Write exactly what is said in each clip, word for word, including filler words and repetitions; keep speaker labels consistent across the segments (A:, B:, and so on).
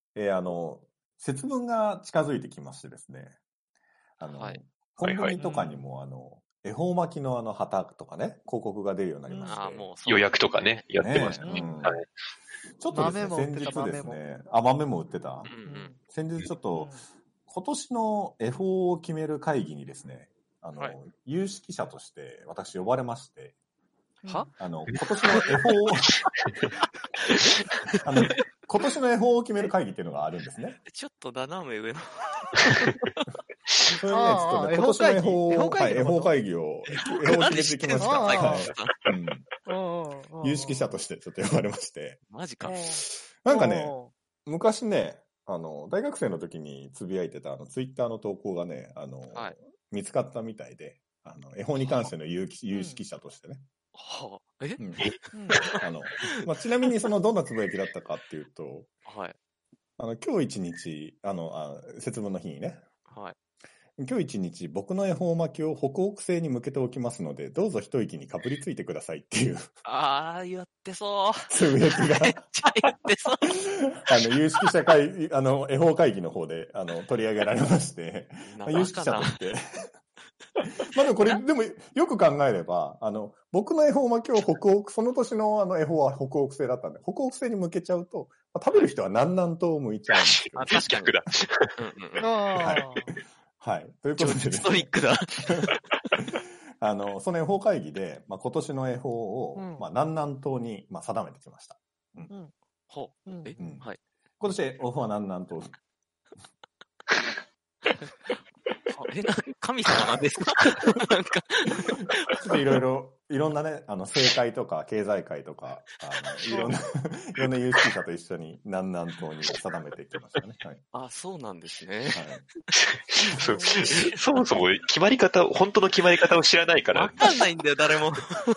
A: えーあの、節分が近づいてきましてですね、あの、
B: はい。
A: コンビ
C: はい
A: ニとかにも、あの、恵方巻きのあの旗とかね、広告が出るようになりまして。
B: ああ、もうそう
C: 予
B: なん
C: 約とかね、やってま
A: ね
C: したね。
A: うん
C: はい。
A: ちょっとですね、
D: 豆も売ってた
A: 先日です
D: 豆
A: ね、あ、豆も売ってた。
B: うんうん。
A: 先日ちょっ
D: う
A: と
D: ん、
A: 今年の恵方を決める会議にですね、あの、
B: はい
A: 有識者として私呼ばれまして、
B: は
A: あの、今年の恵方を、あの、今年の恵方を決める会議っていうのがあるんですね。
B: ちょっと斜め上の。
A: それにね、ちょっとね、今年の恵方を、はい、恵方会議を、恵方を決めていきました。
D: あー
A: はいうん
D: うんうん
A: 有識者としてちょっと呼ばれまして。
B: マジか。
A: なんかね、昔ね、あの、大学生の時につぶやいてた、あの、ツイッターの投稿がね、あの、
B: はい
A: 見つかったみたいで、あの、恵方に関しての有有識者としてね。
B: はあ、え
A: うん
D: うん
A: あの、まあ、ちなみにその、どんなつぶやきだったかっていうと、
B: はい。
A: あの、今日一日、あの、あ節分の日にね、
B: はい。
A: 今日一日僕の恵方巻きを北北西に向けておきますので、どうぞ一息にかぶりついてくださいっていう
B: ああ、言ってそう。
A: つぶやきが、
B: めっちゃ言ってそう。
A: あの、有識者会、あの、恵方会議の方で、あの、取り上げられまして、まあ有識者として。まあでもこれ、でもよく考えれば、あの、僕の恵方巻きを北北、その年のあの恵方は北北西だったんで、北北西に向けちゃうと、まあ、食べる人は南南東を向いちゃうんですけど。
B: あ確かに
C: 逆だ。
B: うんうんうん。
D: あ
A: はい。ということでですね、
B: ストイックだ。
A: あの、その恵方会議で、まあ、今年の恵方を、
D: うん
A: まあ、南南東に、まあ、定めてきました。
B: ほう。
D: うん
B: え、
A: うん
B: はい。
A: 今年恵方は南南東。
B: あえ、な神様なんですかなんか。
A: ちょっといろいろ、いろんなね、あの、政界とか経済界とか、あの、いろんな、いろんな有識者と一緒に南南東に定めてきましたね。はい。
B: あ、そうなんですね。
A: はい。
C: そそもそも決まり方、本当の決まり方を知らないか
B: わ
C: ら。
B: かんないんだよ、誰も。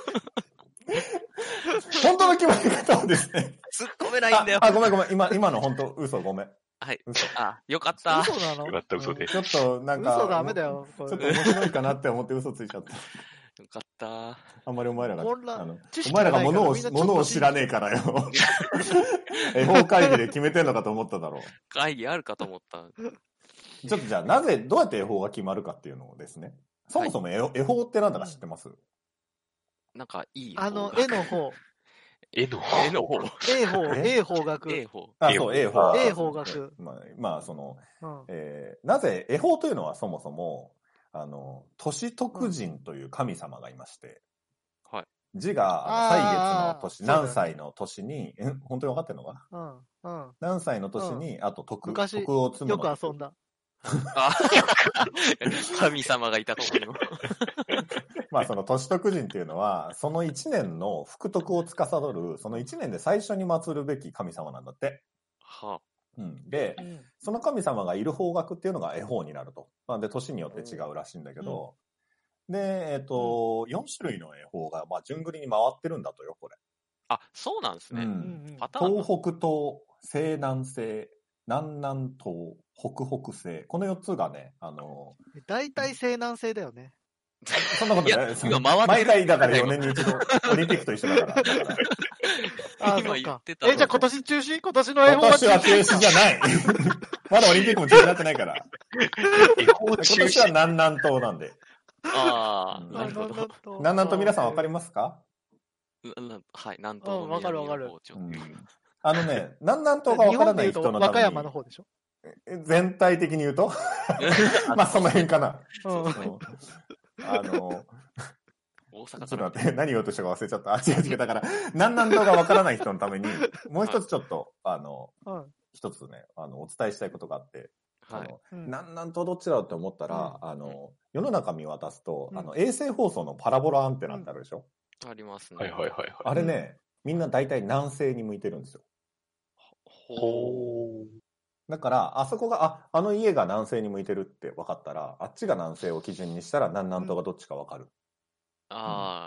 A: 本当の決まり方はですね。
B: 突っ込めないんだよ。
A: あ、あごめんごめん。今、今の本当、嘘ごめん。
B: はい。
A: 嘘。
B: あ、よかった。
D: 嘘なの
C: よかった、嘘で。
A: ちょっと、なんか、
D: 嘘ダメだよ。
A: ちょっと面白いかなって思って嘘ついちゃった。
B: よかった。
A: あんまりお前らが、
D: 混乱
A: あの、
D: 知識
A: お前らが
D: がないから
A: 物を
D: みんな、ちょっと
A: 物を知らねえからよ。恵方会議で決めてんのかと思っただろう。
B: 会議あるかと思った。
A: ちょっとじゃあ、なぜ、どうやって恵方が決まるかっていうのをですね。そもそも恵方恵方ってなんだか知ってます？
B: なんかいい。
D: あの、絵の方。
C: 絵の
B: 絵の方。
D: A 方、
A: え
D: A 方角。
B: A 方。
A: あ、そう、恵方。
D: A 方角。
A: まあ、まあ、その、
D: うん
A: えーなぜ、恵方というのはそもそも、あの、年徳神という神様がいまして、
B: はい。
A: 字が、あの
D: あー
A: 歳月の年、
D: そうだよね
A: 何歳の年に、え、本当に分かってんのかな？
D: うん。うん。
A: 何歳の年に、あと徳、
D: 昔
A: 徳を積む
D: よ
A: の。
D: く遊んだ。
B: あ神様がいたところにも。
A: まあその年徳神っていうのは、その一年の福徳を司る、その一年で最初に祀るべき神様なんだって。
B: は
A: うん、で、
D: うん。
A: その神様がいる方角っていうのが恵方になると。まあ、で、年によって違うらしいんだけど、で、えっ、と、よん種類の恵方が、まあ、順繰りに回ってるんだとよ、これ。
B: あ。あ、そうなんですね。
A: うん
D: うん
B: パターンだ。
A: 東北東、西南西、南南東、北北西。このよっつがね、あの、
D: 大体西南西だよね。
A: そんなことない。
B: いや
A: その
B: 今回ってる
A: 毎回だからよねんに一度、オリンピックと一緒だから。だから
D: あ、
B: 今
D: そっか
B: 言って。た
D: え、じゃあ今年中止今年の絵
A: 今
D: 本は
A: 年は中止じゃない。まだオリンピックも中止になってないから。
C: 絵本
A: 今
C: 中
A: 年は
C: 止。
A: 南南東なんで。
B: ああ、
A: うん
B: なるほど。
A: 南南東皆さんわかりますか？
B: ななはい、南東の
D: うんわかる
B: 南
D: わかる
B: の方ちょっと。
A: うんあのね、南南東がわからない人のために。
D: 和歌山の方でしょ？
A: 全体的に言うとまあその辺かな。
D: うん。
A: うんあの、
B: 大阪
A: ちょっ
B: から
A: と待って、何言おうとしたか忘れちゃった。あ、違う違う。だから、南南東がわからない人のために、もう一つちょっと、あの、
D: うん。
A: 一つね、あの、お伝えしたいことがあって、あ
B: はい。
A: の、
D: うん
A: 南南東どっちだろうって思ったら、あの、世の中見渡すと、
D: うん
A: あの、衛星放送のパラボラアンテナってあるでしょ？
B: ありますね。
C: はいはいはいはい。
A: あれね、みんな大体南西に向いてるんですよ。
B: ほ
C: ほ
A: だから、あそこが、あ、あの家が南西に向いてるって分かったら、あっちが南西を基準にしたら南南東がどっちか分かる。
B: ああ、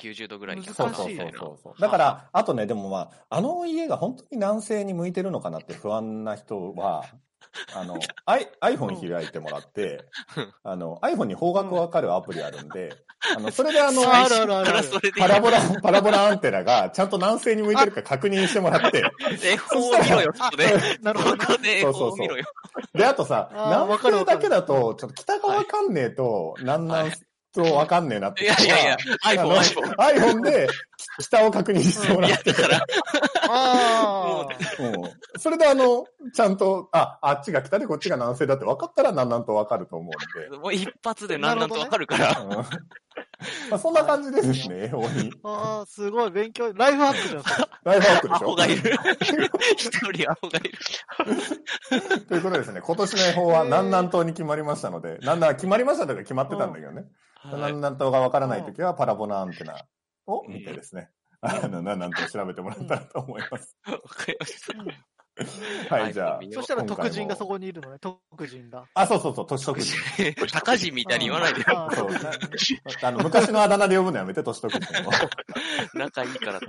B: きゅうじゅうどぐらいに
A: そうそうそうそうそう。だから、あとね、でもまあ、あの家が本当に南西に向いてるのかなって不安な人は、あの、I、iPhone 開いてもらって、あの、iPhone に方角わかるアプリあるんで、あの、それであの、
D: あるあるあるある
A: パラボラ、パラボラアンテナがちゃんと南西に向いてるか確認してもらって、
B: 絵本を見ろよ、ちょっとね。
D: なるほど。
B: ここで絵本を見ろよ。
A: で、あとさ、
D: あー
A: 南西だけだと、ちょっと北がわかんねえと、南南とわかんねえなって
B: いやいやいや、iPhone、
A: iPhone。iPhone で北を確認してもらって。
B: だから、
D: あ
A: うん。それであの、ちゃんと、あ、あっちが北でこっちが南西だって分かったら南南と分かると思うんで。
B: もう一発で何なんとわかるから。
A: うんまあ、そんな感じでですね、絵本に。
D: ああ、すごい、勉強、ライフハックじゃん。
A: ライフハックで
B: ア
A: しょ
B: ホがいる。一人アホがいる。
A: ということですね、今年の絵本は南南東に決まりましたので、南南決まりましたとか決まってたんだけどね。南南東が分からないときはパラボラアンテナを見てですね、あの、南南東を調べてもらったらと思います。
B: わかりました。
A: はい、じゃあ。
D: そしたら特人がそこにいるのね、特人が。
A: あ、そうそうそう、都市特人。
B: 高人みたいに言わないでよ。
A: そうあの昔のあだ名で呼ぶのやめて、都市特人を。
B: 仲いいからって。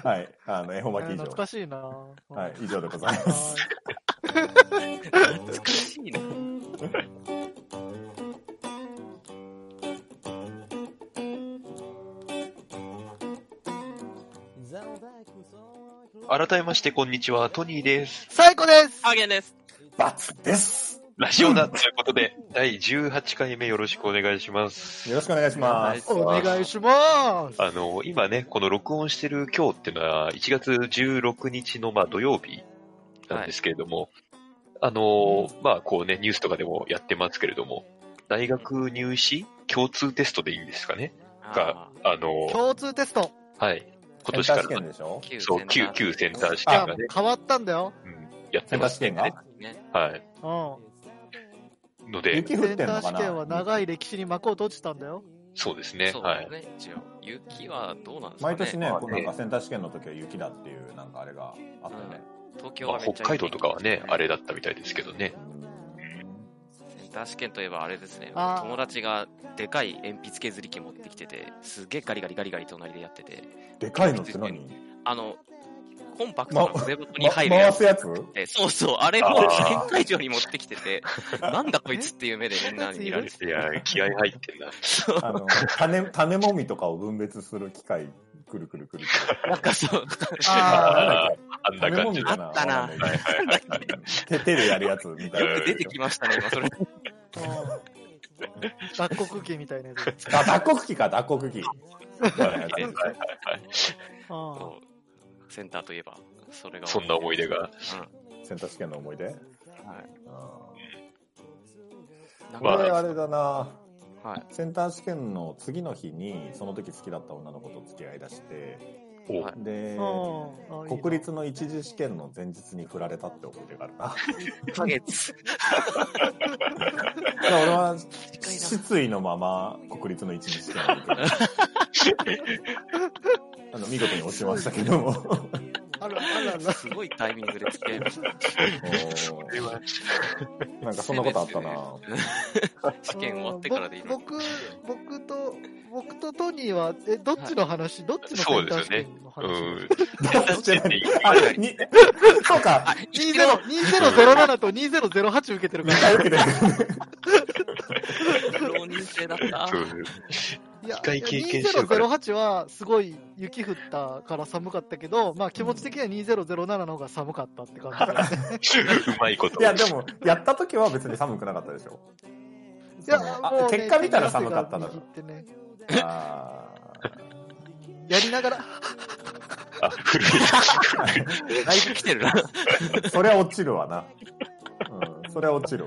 A: はい、あの、絵本巻き以上。
D: 懐かしいな。
A: はい、以上でございます。
B: 懐かしいな。
C: 改めまして、こんにちは。トニーです。
D: 最高です。
B: ハーゲンです。
A: バツです。
C: ラジオだということで、だいじゅうはちかいめよろしくお願いします。
A: よろしくお願いします。
D: お願いします。
C: あの、今ね、この録音してる今日っていうのはいちがつじゅうろくにちの、まあ、土曜日なんですけれども、はい、あの、まあ、こうね、ニュースとかでもやってますけれども、大学入試共通テストでいいんですかねが、あの、
D: 共通テスト。
C: はい。今年から。
A: センター試験でしょ？
C: そう、旧、旧センター試験がね。
D: 変わったんだよ。
C: うん。やってますね。
A: センター試験
C: がはい。
D: うん。
C: ので、
A: 雪降ってんのかな？
D: センター試験は長い歴史に幕を閉じたんだよ。
C: そうですね。
B: そうですね。一応。雪はどうなんですかね。
A: 毎年ね、なんかセンター試験の時は雪だっていう、なんかあれがあったね。
B: 東京はめっちゃ
C: 北海道とかはね、あれだったみたいですけどね。
B: センター試験といえばあれですね。友達がでかい鉛筆削り器持ってきてて、すげえガリガリガリガリ隣でやってて。
A: でかいのって何？
B: あの、コンパクトな筆箱に入る
A: やつ。回すやつ？
B: そうそう、あれを試験会場に持ってきてて、なんだこいつっていう目でみんなに見られて。
C: いや、気合入ってんな。
A: あの、種、種もみとかを分別する機械、くるくるくる。
B: なんかそう。
A: あ
C: あ、あんな感じ。
B: あったな。
A: 手でやるやつみたいな。
B: よく出てきましたね、今それ。
D: 脱穀機みたいなやつ。
A: あ、脱穀機か、脱穀機。
B: センターといえば、それが。
C: そんな思い出が。
A: センター試験の思い出？はい。
C: こ
A: れあれだな、
B: はい、
A: センター試験の次の日にその時好きだった女の子と付き合いだして、で、国立の一次試験の前日に振られたって思い出があるな。
B: いっかげつ。
A: 俺は失意のまま国立の一次試験を受けてあの見事に落ちましたけども。
D: あらあらら。
B: すごいタイミングで付き合いました。
A: なんかそんなことあったな。
B: 試験終わってからでいいの？
D: 僕、僕と、僕とトニーは、え、どっちの話、はい、どっちのセンター試験の話？
A: どっちそうか。
D: にじゅう、にせんななとにせんはち受けてるから。受けてる。
B: 浪人生だった。
D: いや、にせんはちはすごい雪降ったから寒かったけど、まあ気持ち的にはにせんななの方が寒かったって感じだね。
C: うまいこと。
A: いや、でも、やった時は別に寒くなかったでしょ。いや、もう、ね、結果見たら寒かったんだろう。ね、あやりながら。
C: あ、古い。
B: だいぶ来てるな。
A: そりゃ落ちるわな。うん、そりゃ落ちるわ。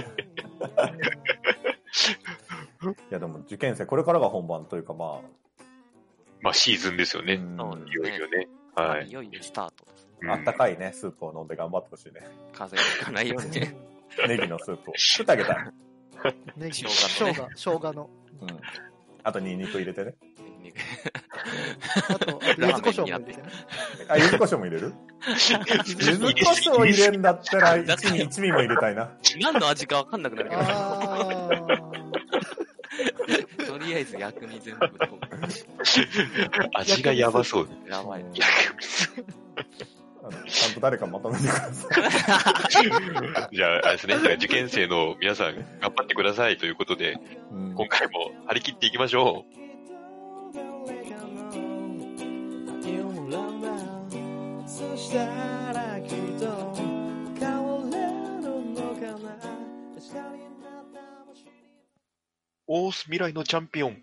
A: いやでも受験生これからが本番というかまあ
C: まあシーズンですよね。いよいよね。はい。
B: いよいよスタートです。
A: あったかいねスープを飲んで頑張ってほしいね。
B: 風邪ひかないようにね。
A: ネギのスープを作ってあげた。
D: ネギ、生姜、生姜の。
A: うん。あとニンニク入れてね。
D: あと柚子胡椒も入れてね。
A: あ、柚子胡椒も入れる？柚子胡椒入れんだったら一味一味も入れたいな。
B: 何の味かわかんなくなるけど。 とりあえず薬味全部と。
C: 味がやばそう。
B: やばい。
A: あのちゃんと誰かまとめてください。
C: じゃあ、あれですね。受験生の皆さん頑張ってくださいということで、うん、今回も張り切っていきましょう。そしたらきっと変われるのかな。オース未来のチャンピオン。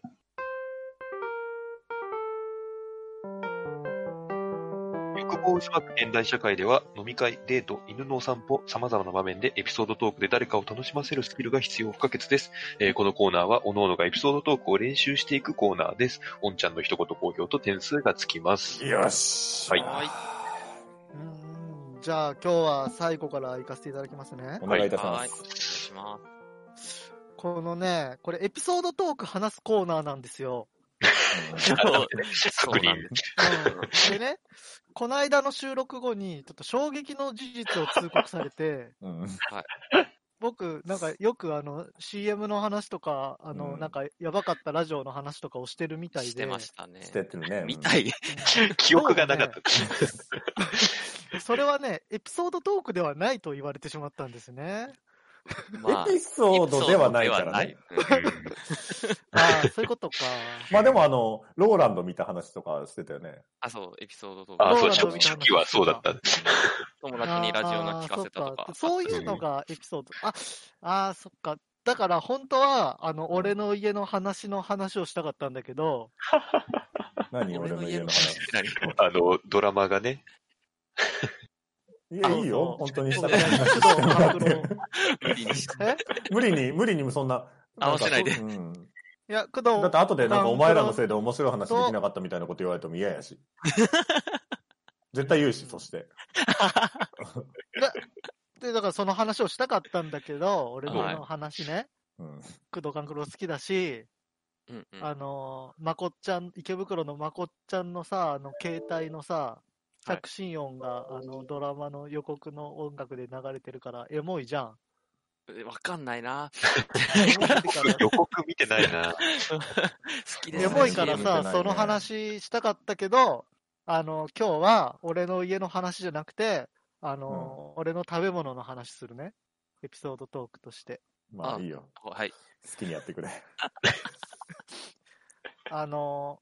C: 欲望を渦巻く現代社会では、飲み会、デート、犬のお散歩、様々な場面でエピソードトークで誰かを楽しませるスキルが必要不可欠です。えー、このコーナーは、各々がエピソードトークを練習していくコーナーです。おんちゃんの一言好評と点数がつきます。
A: よし。
C: はい。
B: はい。
D: うん、じゃあ、今日は最後から行かせていただきますね。
A: お願いいたします。
B: はい。お願いします。
D: このね、これエピソードトーク話すコーナーなんですよ。
C: 確認。
D: うん、でね、この間の収録後に、ちょっと衝撃の事実を通告されて、
A: うん、はい、
D: 僕、なんかよくあの シーエム の話とか、あの、うん、なんかやばかったラジオの話とかをしてるみたいで。
B: してましたね。
A: してるね。
B: みたい。
C: 記憶がなかった。
D: ね、それはね、エピソードトークではないと言われてしまったんですね。
A: まあ、エピソードではないからね。
D: ああ、そういうことか。
A: まあでもあの、ローランド見た話とかしてたよね。
B: あ、そう、エピソードトーク。
C: あ、そう、初期はそうだった。
B: 友達にラジオの聞かせたとか。
D: そういうのがエピソード。あ、あ、そっか。だから本当は、あの、俺の家の話の話をしたかったんだけど。
A: 何俺の家の話。
C: あの、ドラマがね。
A: いや、いいよ。本当にしたから。
B: 無理にして。
A: 無理に、無理にそんな。
B: 合わせないで。
A: うん。
D: いや、工藤。
A: だって後でなんかお前らのせいで面白い話できなかったみたいなこと言われても嫌やし。絶対言うし、そして。
D: で、だからその話をしたかったんだけど、俺の話ね。
A: うん。
D: 工藤官九郎好きだし、
B: うんうん、
D: あの、まこっちゃん、池袋のまこっちゃんのさ、あの、携帯のさ、着信音が、はい、あの、ドラマの予告の音楽で流れてるから、エモいじゃん。
B: わかんないな。
C: 予告見てないな。
B: 好きですね。
D: エモいからさ、ね、その話したかったけど、あの、今日は俺の家の話じゃなくて、あの、うん、俺の食べ物の話するね。エピソードトークとして。
A: まあいいよ。
B: はい。
A: 好きにやってくれ。
D: あの、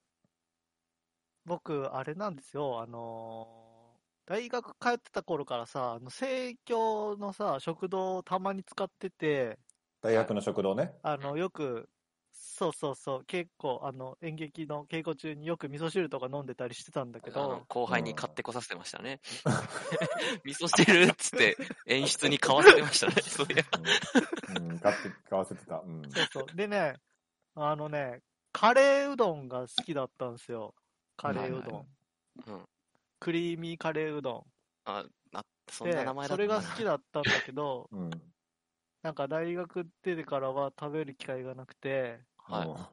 D: 僕、あれなんですよ、あのー、大学通ってた頃からさ、あの生協のさ、食堂をたまに使ってて、
A: 大学の食堂ね。
D: あの、よく、そうそうそう、結構、あの、演劇の稽古中によく味噌汁とか飲んでたりしてたんだけど、
B: 後輩に買ってこさせてましたね。うん、味噌汁っつって演出に買わせてましたね、そういや。
A: うん、うん、買って、買わせてた。うん。
D: そうそう。でね、あのね、カレーうどんが好きだったんですよ。カレーうどん。はいはい、うん。クリーミーカレーうどん。
B: あ、な、そんな名前だった。
D: それが好きだったんだけど、
A: うん、
D: なんか大学出てからは食べる機会がなくて、
B: はい。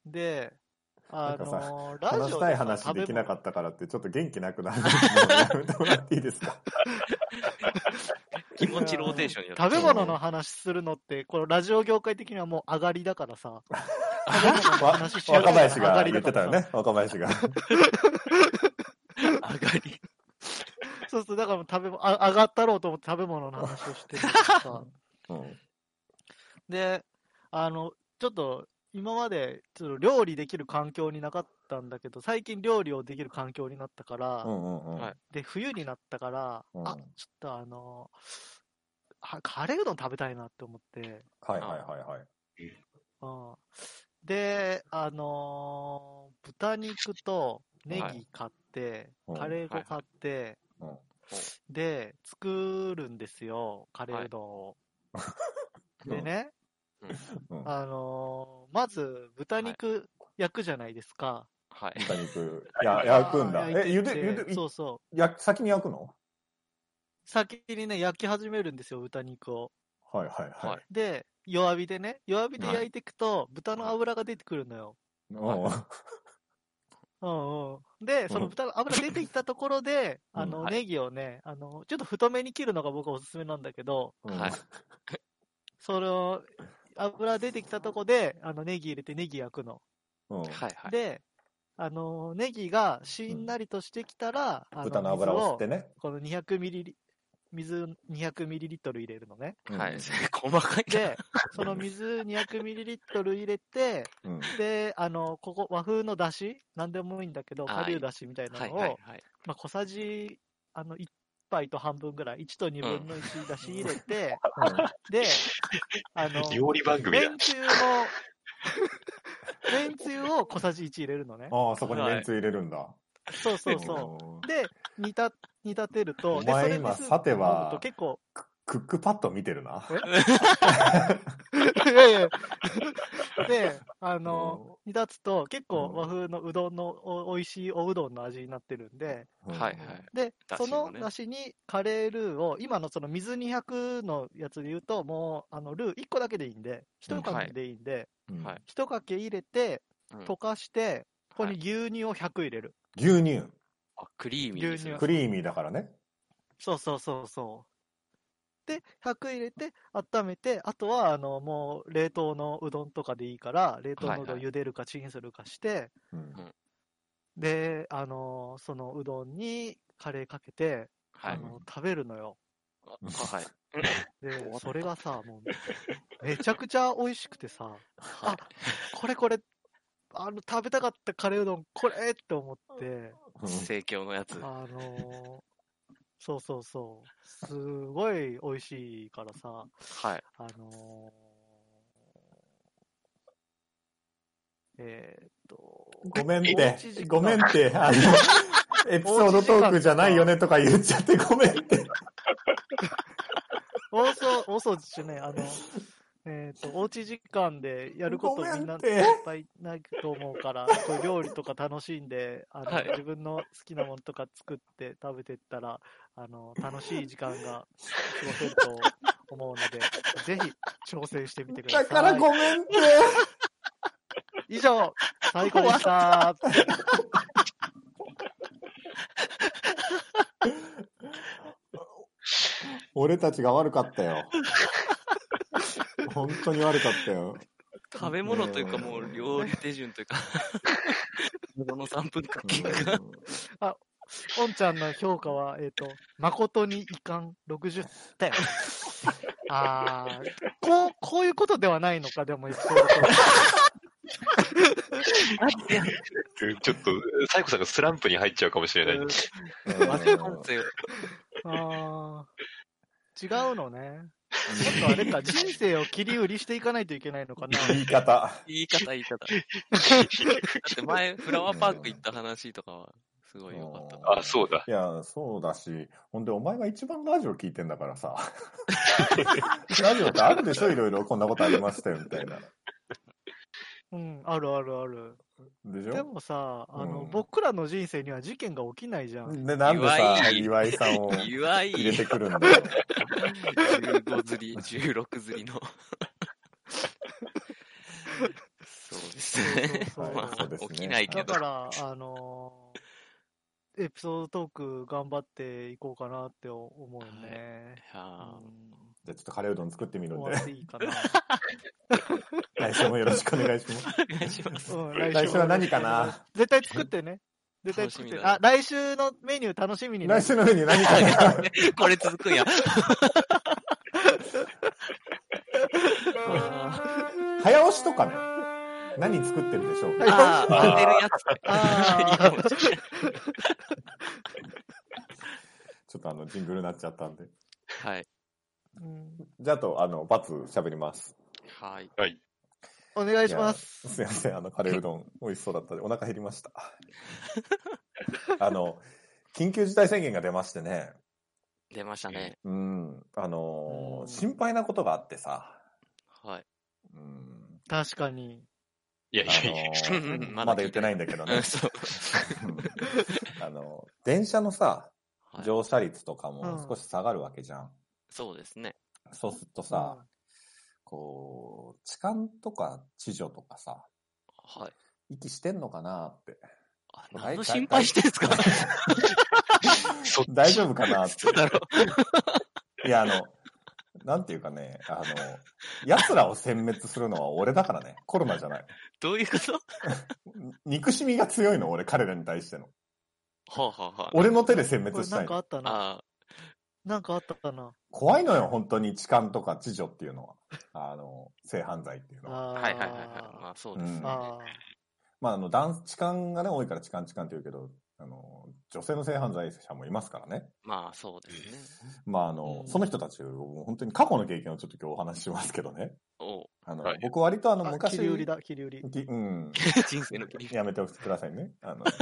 D: で、あのー、
A: ラジオ話したい話できなかったからってちょっと元気なくなるのやめてもらっていいですか？
B: 気持ちローテーションに
D: 食べ物の話するのって、このラジオ業界的にはもう上がりだからさ。食べ物の話し
A: 若林が言ってたよね、若林が。
B: 上がり。
D: そうそう、だから食べ物、あ上がったろうと思って食べ物の話をしてるさ、
A: うん。
D: で、あの、ちょっと、今までちょっと料理できる環境になかったんだけど、最近料理をできる環境になったから、
A: うんうんうん、
D: で、冬になったから、
A: うん、
D: あ、ちょっとあの、カレーうどん食べたいなって思って。
A: はいはいはいはい。
D: うん、で、あのー、豚肉とネギ買って、はい、カレー粉買って、はいはい、で、作るんですよ、カレーうどんを。はい、でね、うん、あのー、まず豚肉焼くじゃないですか。
B: はい。
A: 豚肉、や、焼くんだ。え、ゆで、ゆで、
D: そうそう。
A: や、先に焼くの？
D: 先にね、焼き始めるんですよ、豚肉を。
A: はいはいはい。
D: で、弱火でね、弱火で焼いていくと、はい、豚の脂が出てくるのよ。
A: はい、
D: うんうん。で、その豚の脂出てきたところで、うん、あの、はい、ネギをね、あの、ちょっと太めに切るのが僕はおすすめなんだけど、
B: はい。
D: それを、 油出てきたとこで、あの、ネギ入れてネギ焼くの。
A: うん。
B: はいはい。
D: で、あの、ネギがしんなりとしてきたら、
A: うん、豚の油を吸ってね。
D: このにひゃくミリリットル、水にひゃくミリリットル入れるのね。
B: はい。細かい。
D: で、その水にひゃくミリリットル入れて、うん、で、あの、ここ、和風のだし、なんでもいいんだけど、顆粒だしみたいなのを、はいはいはい、まあ、小さじ、あの、いっぱいと半分ぐらい、いちとにぶんのいちだし入れて、うん、で、あの、
C: 料理番組だ。
D: めんつゆの、めんつゆを小さじいち入れるのね。
A: ああ、そこにめんつゆ入れるんだ。
D: そうそうそう。で、煮立、煮立てると、
A: お前今、さては、
D: 結構、
A: クックパッド見てるな。
D: いやいや。で、あの、煮立つと結構和風のうどんのお美味しいおうどんの味になってるんで、
B: はいはい。
D: で、そのだしにカレールーを、今のその水にひゃくのやつで言うと、もう、あの、ルーいっこだけでいいんで、いちかけでいいんで、はい、いちかけ入れて、溶かして、ここに牛乳をひゃく入れる。
A: 牛乳。
B: あ、クリーミーですね。
A: クリーミーだからね。
D: そうそうそうそう。で、ひゃく入れて、温めて、あとは、あの、もう、冷凍のうどんとかでいいから、冷凍のうどん茹でるかチンするかして、はいはい、で、あの、そのうどんにカレーかけて、はい、あの、食べるのよ。
B: はい。
D: で、それがさ、もう、めちゃくちゃ美味しくてさ、はい、あ、これこれ、あの、食べたかったカレーうどん、これって思って、
B: 盛況のやつ。
D: あの、そうそうそう。すごい美味しいからさ。
B: はい。
D: あのー、えー、っと。
A: ごめんって、ごめんって、あの、エピソードトークじゃないよねとか言っちゃってごめんって。
D: 大掃大掃除中ね、あの、えっ、ー、と、おうち時間でやることみんないっぱいないと思うから、こう料理とか楽しんで、あの、はい、自分の好きなものとか作って食べてったら、あの、楽しい時間が過ごせると思うので、ぜひ挑戦してみてください。
A: だからごめんって。
D: 以上、最高でした。
A: 俺たちが悪かったよ。本当に悪かったよ。
B: 食べ物というかもう料理手順というか、このさんぷんクッキングが。
D: あ、おんちゃんの評価は、えっ、ー、と、誠に遺憾ろくじゅってん。あー、こう、こういうことではないのか、でもエピソードと。
C: ちょっと、サイコさんがスランプに入っちゃうかもしれない。
D: あー、違うのね。ちょっとあれか、人生を切り売りしていかないといけないのかな。
A: 言い方。
B: 言い方、言い方。だって前、フラワーパーク行った話とかは、すごい良かった。
C: あ、そうだ。
A: いや、そうだし、ほんで、お前が一番ラジオ聞いてんだからさ。ラジオってあるでしょ、いろいろこんなことありましたよ、みたいな。
D: うん、あるあるある。
A: でしょ？
D: でもさ、あの、うん、僕らの人生には事件が起きないじゃん。
A: で、なんでさ、岩井さんを入れてくるんだよ。
B: じゅうご釣り、じゅうろく釣りの。そうですね。
D: そうそうそう、
B: まあ、起きないけど。
D: だから、あのー、エピソードトーク頑張っていこうかなって思うよね。
B: はい、うん、
A: じゃあちょっとカレーうどん作ってみるんで。
D: 終わっていいかな。
A: 来週もよろしくお願いします。
B: お願いします。
D: うん、
A: 来週は何かな？
D: 絶対作ってね。絶対作って。あ、来週のメニュー楽しみにね。
A: 来週のメニュー何かな？
B: これ続くんや。
A: 早押しとかね。何作ってるでしょうか？
B: ああ、当てるやつ。あ
A: ちょっとあの、ジングルになっちゃったんで。
B: はい。
A: じゃあと、あの、バツ喋ります。
B: はい。
C: はい。
D: お願いします。
A: すいません、あの、カレーうどん美味しそうだったんで、お腹減りました。あの、緊急事態宣言が出ましてね。
B: 出ましたね。
A: うん。あのー、心配なことがあってさ。
B: はい。
A: うん。
D: 確かに。
C: いやいやいや、
A: あのー、まだ言ってないんだけどね。
B: そう。
A: あの、電車のさ、乗車率とかも少し下がるわけじゃん。うん、
B: そうですね。
A: そうするとさ、うん、こう、痴漢とか痴女とかさ、
B: はい。
A: 息してんのかなって。
B: あ、何の心配してんすか？
A: 大丈夫かなって。
B: そうだろう。
A: いや、あの、 なんていうかね、あの、奴らを殲滅するのは俺だからね。コロナじゃない。
B: どういうこと
A: 憎しみが強いの、俺、彼らに対しての。
B: はあ、はあはあ、
A: 俺の手で殲滅したいの。
D: なんかあったな。
B: あ
D: なんかあったかな。
A: 怖いのよ、本当に痴漢とか痴女っていうのは。あの、性犯罪っていうのは。
B: あ、はいはいはいはい。まあそうですね。うん、
A: あまあ、あの、男、痴漢がね、多いから痴漢痴漢って言うけど、あの、女性の性犯罪者もいますからね。
B: まあそうですね。
A: まああの、うん、その人たちを本当に過去の経験をちょっと今日お話ししますけどね。
B: お
A: あの、はい、僕割とあの昔。
D: 切り売りだ、切り売り。
A: うん。
B: 人生の切り売り。
A: やめておいてくださいね。あの、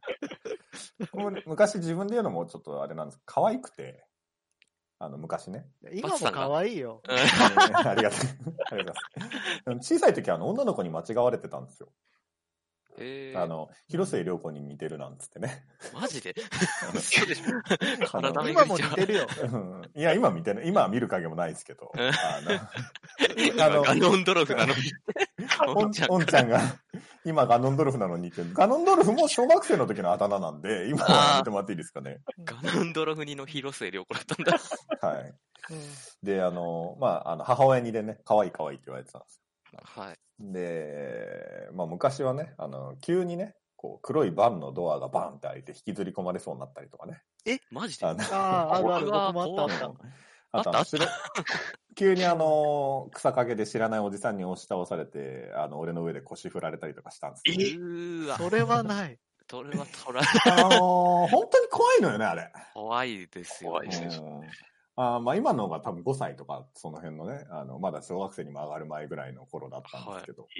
A: 昔自分で言うのもちょっとあれなんですけど、可愛くて、あの、昔ね。
D: 今も可愛いよ。
A: ありがとう。ありがとうございます。小さい時はあの女の子に間違われてたんですよ。
B: えー、
A: あの、広末涼子に似てるなんつってね。
B: マジでそうでしょ。
D: 今も似てるよ。
A: いや、今見てない。今は見る影もないですけど。
B: あの、あのガノンドルフなのに。
A: おんちゃんが、今ガノンドルフなのにって。ガノンドルフも小学生の時のあだ名なんで、今は見てもらっていいですかね。
B: ガノンドルフにの広末涼子だったんだ。
A: はい。で、あの、まあ、あの、母親にでね、可愛い可愛いって言われてたんですよ。
B: はい。
A: で、まあ昔はね、あの、急にね、こう、黒いバンのドアがバンって開いて引きずり込まれそうになったりとかね。
B: えマジで？
D: ああ、あるある、僕もあったあった。
A: あとあの、急にあの、草陰で知らないおじさんに押し倒されて、あの、俺の上で腰振られたりとかしたんです
B: けど。えー、
D: それはない。
B: それはトライ。
A: あのー、本当に怖いのよね、あれ。
B: 怖いですよ、ね。怖いです
A: よ。あまあ今のが多分ごさいとか、その辺のね、あの、まだ小学生にも上がる前ぐらいの頃だったんですけど。はい、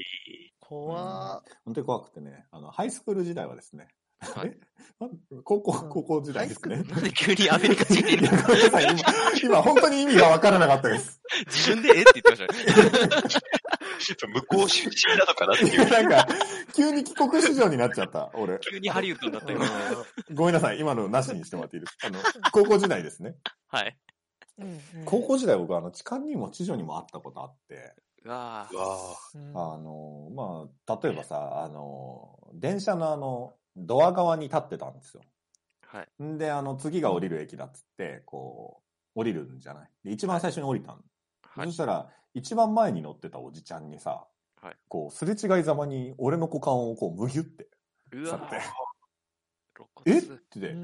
D: 怖、
A: うん、本当に怖くてね、あの、ハイスクール時代はですね、はい、高校、高校時代ですね。
B: なんで急にアメリカ人に
A: ごめんなさい、今、今本当に意味がわからなかったです。
B: 自分でえって言ってましたね。
C: 向こう出身なのかなっていう。
A: なんか、急に帰国子女になっちゃった、俺。
B: 急にハリウッドになったよ。
A: ごめんなさい、今のなしにしてもらっていいですか？あの、高校時代ですね。
B: はい。
A: 高校時代僕はあの、痴漢にも痴女にも会ったことあって。
B: うわ
A: ぁ。あの、まあ、例えばさ、あの、電車のあの、ドア側に立ってたんですよ。
B: はい。
A: んで、あの、次が降りる駅だっつって、こう、降りるんじゃない。で、一番最初に降りたの。はい、そしたら、一番前に乗ってたおじちゃんにさ、はい、こう、すれ違いざまに俺の股間をこう、むぎゅってされて。えって、うんうん、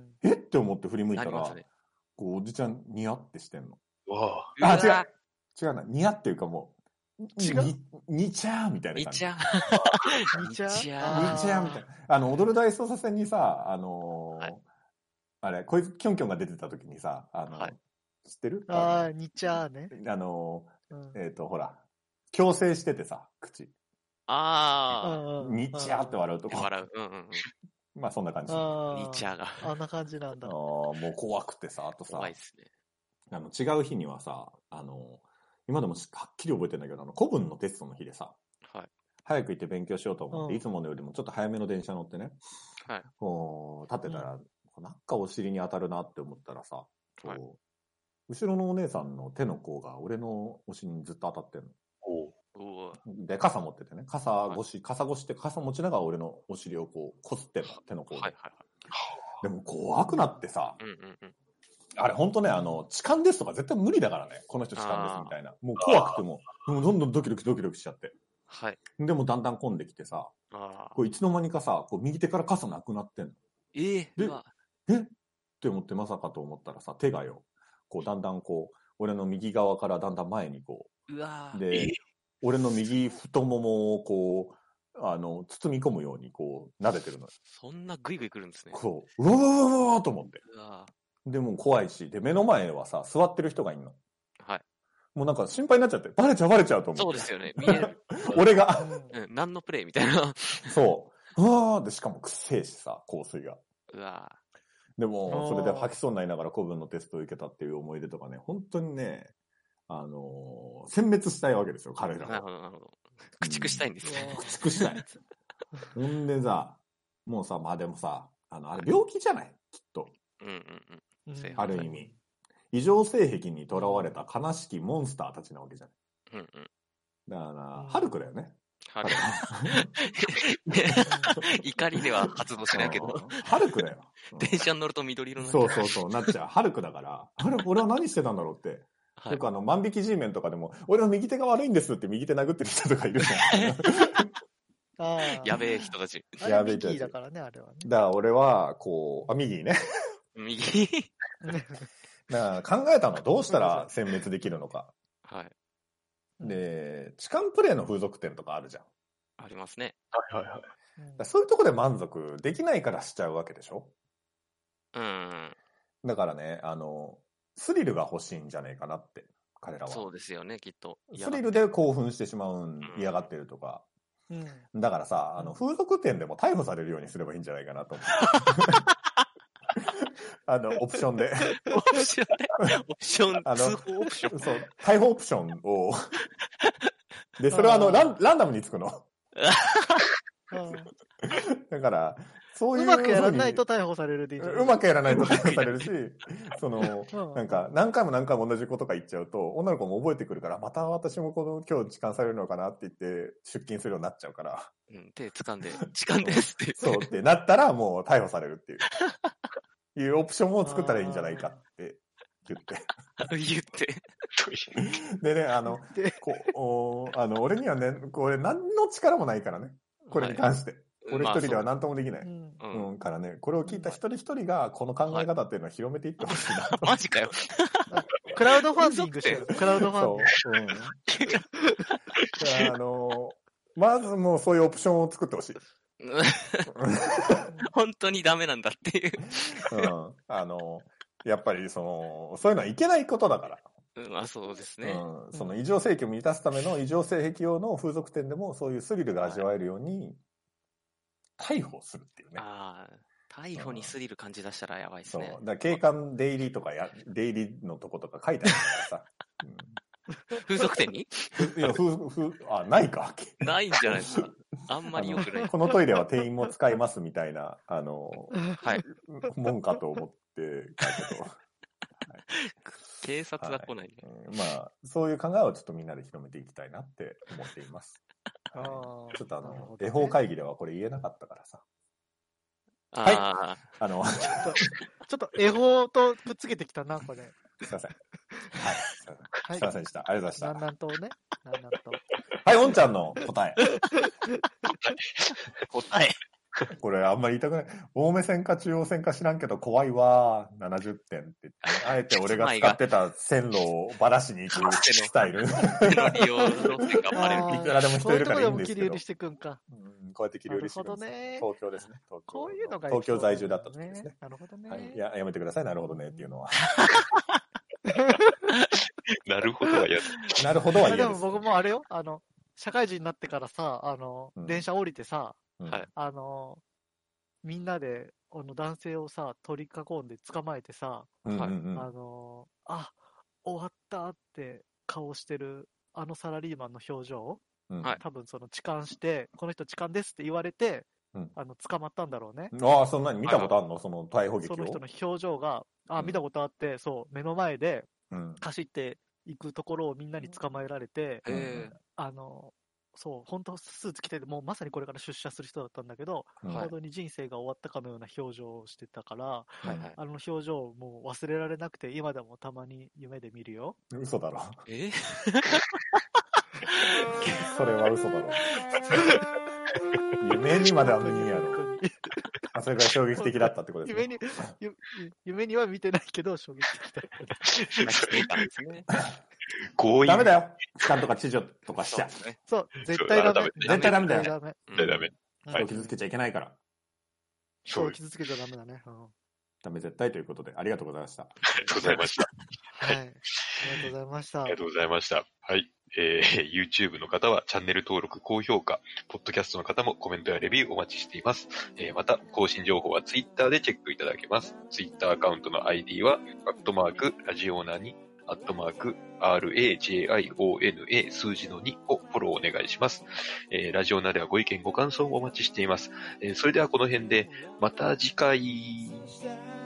A: えって思って振り向いたら、ね、こう、おじちゃん、ニヤってしてんの。
C: わ
A: あ、違う。違うな。ニヤっていうかもう、違う。に、にちゃーみたいな感じ。
B: にちゃ
D: ー。にちゃー。
A: にちゃーみたいな。あの、踊る大捜査線にさ、あのーはい、あれ、こいつ、キョンキョンが出てた時にさ、あの、はい、知ってる？
D: ああ、にちゃーね。
A: あのー、うん、えっと、ほら、矯正しててさ、口。
B: あ
A: あ。にちゃーって笑うとこ。
B: 笑う。うんうんうん。
A: まあ、そんな感じ。
B: にちゃーが。
D: あんな感じなんだ。
A: ああ、もう怖くてさ、あとさ、
B: 怖いっすね。
A: あの、違う日にはさ、あの、今でもはっきり覚えてるんだけど、あの、古文のテストの日でさ、
B: はい。
A: 早く行って勉強しようと思って、うん、いつものよりもちょっと早めの電車乗ってね、
B: はい。
A: こう、立ってたら、うん、なんかお尻に当たるなって思ったらさ、こう、
B: はい、
A: 後ろのお姉さんの手の甲が俺のお尻にずっと当たってんの。
B: お
A: で、傘持っててね、傘越し、はい、傘越しって傘持ちながら俺のお尻をこう、こすってんの、手の甲で。
B: はいはいはい。
A: でも怖くなってさ、
B: うんうんうん。
A: あれほんとね、あの、痴漢ですとか絶対無理だからね。この人痴漢ですみたいな。もう怖くても、もうどんどんドキドキドキドキしちゃって。
B: はい。
A: でもだんだん混んできてさ、
B: あ
A: こういつの間にかさ、こう右手から傘なくなってんの。
B: えー、
A: で、えって思ってまさかと思ったらさ、手がよ、こうだんだんこう、俺の右側からだんだん前にこ
B: う、うわ
A: で、俺の右太ももをこう、あの、包み込むようにこう、撫でてるのよ。
B: そんなグイグイ来るんですね。
A: そう。うわうわうわうわと思って。
B: うわ
A: でも怖いし、で、目の前はさ、座ってる人がいんの。
B: はい。
A: もうなんか心配になっちゃって、バレちゃうバレちゃうと思って。
B: そうですよね。見える。
A: 俺が。
B: うん。何のプレイみたいな。
A: そう。うわーで、しかもくっせえしさ、香水が。
B: うわ
A: でも、それで吐きそうになりながら古文のテストを受けたっていう思い出とかね、本当にね、あのー、殲滅したいわけですよ、彼らは。
B: なるほど、なるほど。駆逐したいんですね。
A: 駆逐したい。ほんでさ、もうさ、まあでもさ、あの、あれ病気じゃないきっと。
B: うんうんうん。
A: ある意味。異常性癖に囚われた悲しきモンスターたちなわけじゃない。
B: うんうん。
A: だから、ハルクだよね。
B: ハルク。怒りでは発動しないけど。
A: ハルクだよ。
B: 電車に乗ると緑色にな
A: そうそうそう、なっちゃう。ハルクだから、あれ、俺は何してたんだろうって。 はい、よくあの、万引き G メンとかでも、俺の右手が悪いんですって右手殴ってる人とかいるじ
D: ゃん。あ
B: やべえ人たち。
D: やべえ人たち。だからね、あれはね。
A: だから俺は、こう、あ、右ね。
B: 右
A: だから考えたのはどうしたら殲滅できるのか。
B: はい。
A: で、痴漢プレイの風俗店とかあるじゃん。
B: ありますね。
C: はいはいはい。
A: そういうとこで満足できないからしちゃうわけでしょ？
B: うん。
A: だからね、あの、スリルが欲しいんじゃねえかなって、彼らは。
B: そうですよね、きっと。
A: スリルで興奮してしまうん、嫌がってるとか。うん、だからさ、あの、風俗店でも逮捕されるようにすればいいんじゃないかなと思って。あの、オプションで。
B: オプションでオプション、あの、通報オプション
A: そう、逮捕オプションを。で、それはあの、ラン、ランダムにつくの。だから、そういう。
D: うまくやらないと逮捕されるでいいんじゃない？
A: うまくやらないと逮捕されるし、その、なんか、何回も何回も同じことが言っちゃうと、女の子も覚えてくるから、また私もこの今日痴漢されるのかなって言って、出勤するようになっちゃうから。
B: うん、手掴んで、痴漢ですって。
A: そうってなったら、もう逮捕されるっていう。いうオプションを作ったらいいんじゃないかって言って。
B: 言って。
A: でね、あの、こう、あの、俺にはね、これ何の力もないからね。これに関して。はい、俺一人では何ともできない。まあ、う, うん、からね、これを聞いた一人一人がこの考え方っていうのを広めていってほしいな、はい。
B: マジかよ。
D: クラウドファンディングしてる。クラウドファンディング。
A: そう。うん、あの、まずもうそういうオプションを作ってほしい。
B: 本当にダメなんだっていう。
A: うん。あの、やっぱりその、そういうのはいけないことだから。
B: うん、まあそうですね。
A: うん。その異常性癖を満たすための異常性癖用の風俗店でもそういうスリルが味わえるように、逮捕するっていうね。
B: ああ、逮捕にスリル感じ出したらやばいですね。
A: そう。だから警官出入りとかや、出入りのとことか書いてあるからさ。うん、
B: 風俗店に
A: いや、風、風、あ、ないか。
B: ないんじゃないですか。あんまり良くない。
A: このトイレは店員も使いますみたいな、あの、
B: はい。
A: もんかと思って書いてと。はい、
B: 警察は来ない、ね
A: はい、うん。まあ、そういう考えをちょっとみんなで広めていきたいなって思っています。はい、ちょっとあの、ね、絵法会議ではこれ言えなかったからさ。
B: あ
A: はい。あの、
D: ちょっと、ちょっと絵法とくっつけてきたな、これ。
A: すいません。はい。すいませんでした。ありがとうございました。
D: なんなんとね。なんなんと。
A: はい、おんちゃんの答え。
B: 答え。
A: これあんまり言いたくない。大目線か中央線か知らんけど怖いわー。ななじゅってんって言って、あえて俺が使ってた線路をばらしに行くスタイル。いくらでも人いるからいいんですけど。
D: こういうとこでも切り売りしてくんか。
A: うん、こうやって切り売りしてくんです。
D: なるほどね。
A: 東京ですね。東京。
D: こういうのが
A: 東京在住だった時ですね。
D: なるほどね。
A: はい。いや、やめてください。なるほどねっていうのは。
C: なるほどは嫌だ。
A: なるほどは嫌です。
D: でも僕もあれよ、あの、社会人になってからさ、あの、うん、電車降りてさ、
B: うん、
D: あの、みんなで、あの、男性をさ、取り囲んで捕まえてさ、
A: うんうんうん、
D: あの、あ、終わったって顔してる、あのサラリーマンの表情、
A: うん、
D: 多分その痴漢して、この人痴漢ですって言われて、うん、あの、捕まったんだろうね。
A: ああ、そんなに見たことあるの、その逮捕劇を。
D: その人の表情が、あ、見たことあって、うん、そう、目の前で、走っていくところをみんなに捕まえられて、
B: うん、
D: あの、そう、本当スーツ着てて、もうまさにこれから出社する人だったんだけど、うん、本当に人生が終わったかのような表情をしてたから、はいはい、あの表情もう忘れられなくて、今でもたまに夢で見るよ。
A: 嘘だろ。
B: え
A: それは嘘だろ。夢にまでは見んやろ。あ、それが衝撃的だったってことですね。
D: 夢に、夢には見てないけど、衝撃的だった。
B: ですね。
A: ダメだよ。痴漢とか知女とかしちゃ。
D: そう、絶対ダメ。
A: 絶対ダメだよ。
C: 絶対ダメ。
A: 人を傷つけちゃいけないから。
D: 人を傷つけちゃダメだね。
A: ダメ絶対ということで、ありがとうございました。
C: ありがとうございました。
D: はい。ありがとうございました。
C: ありがとうございました。はい。えー、YouTube の方はチャンネル登録、高評価、ポッドキャストの方もコメントやレビューお待ちしています。えー、また、更新情報は Twitter でチェックいただけます。Twitter アカウントの アイディー は、アットマーク、ラジオナに、アットマーク、アールエージェーアイオーエヌエー 数字のにをフォローお願いします。えー、ラジオナではご意見ご感想をお待ちしています。えー、それではこの辺で、また次回。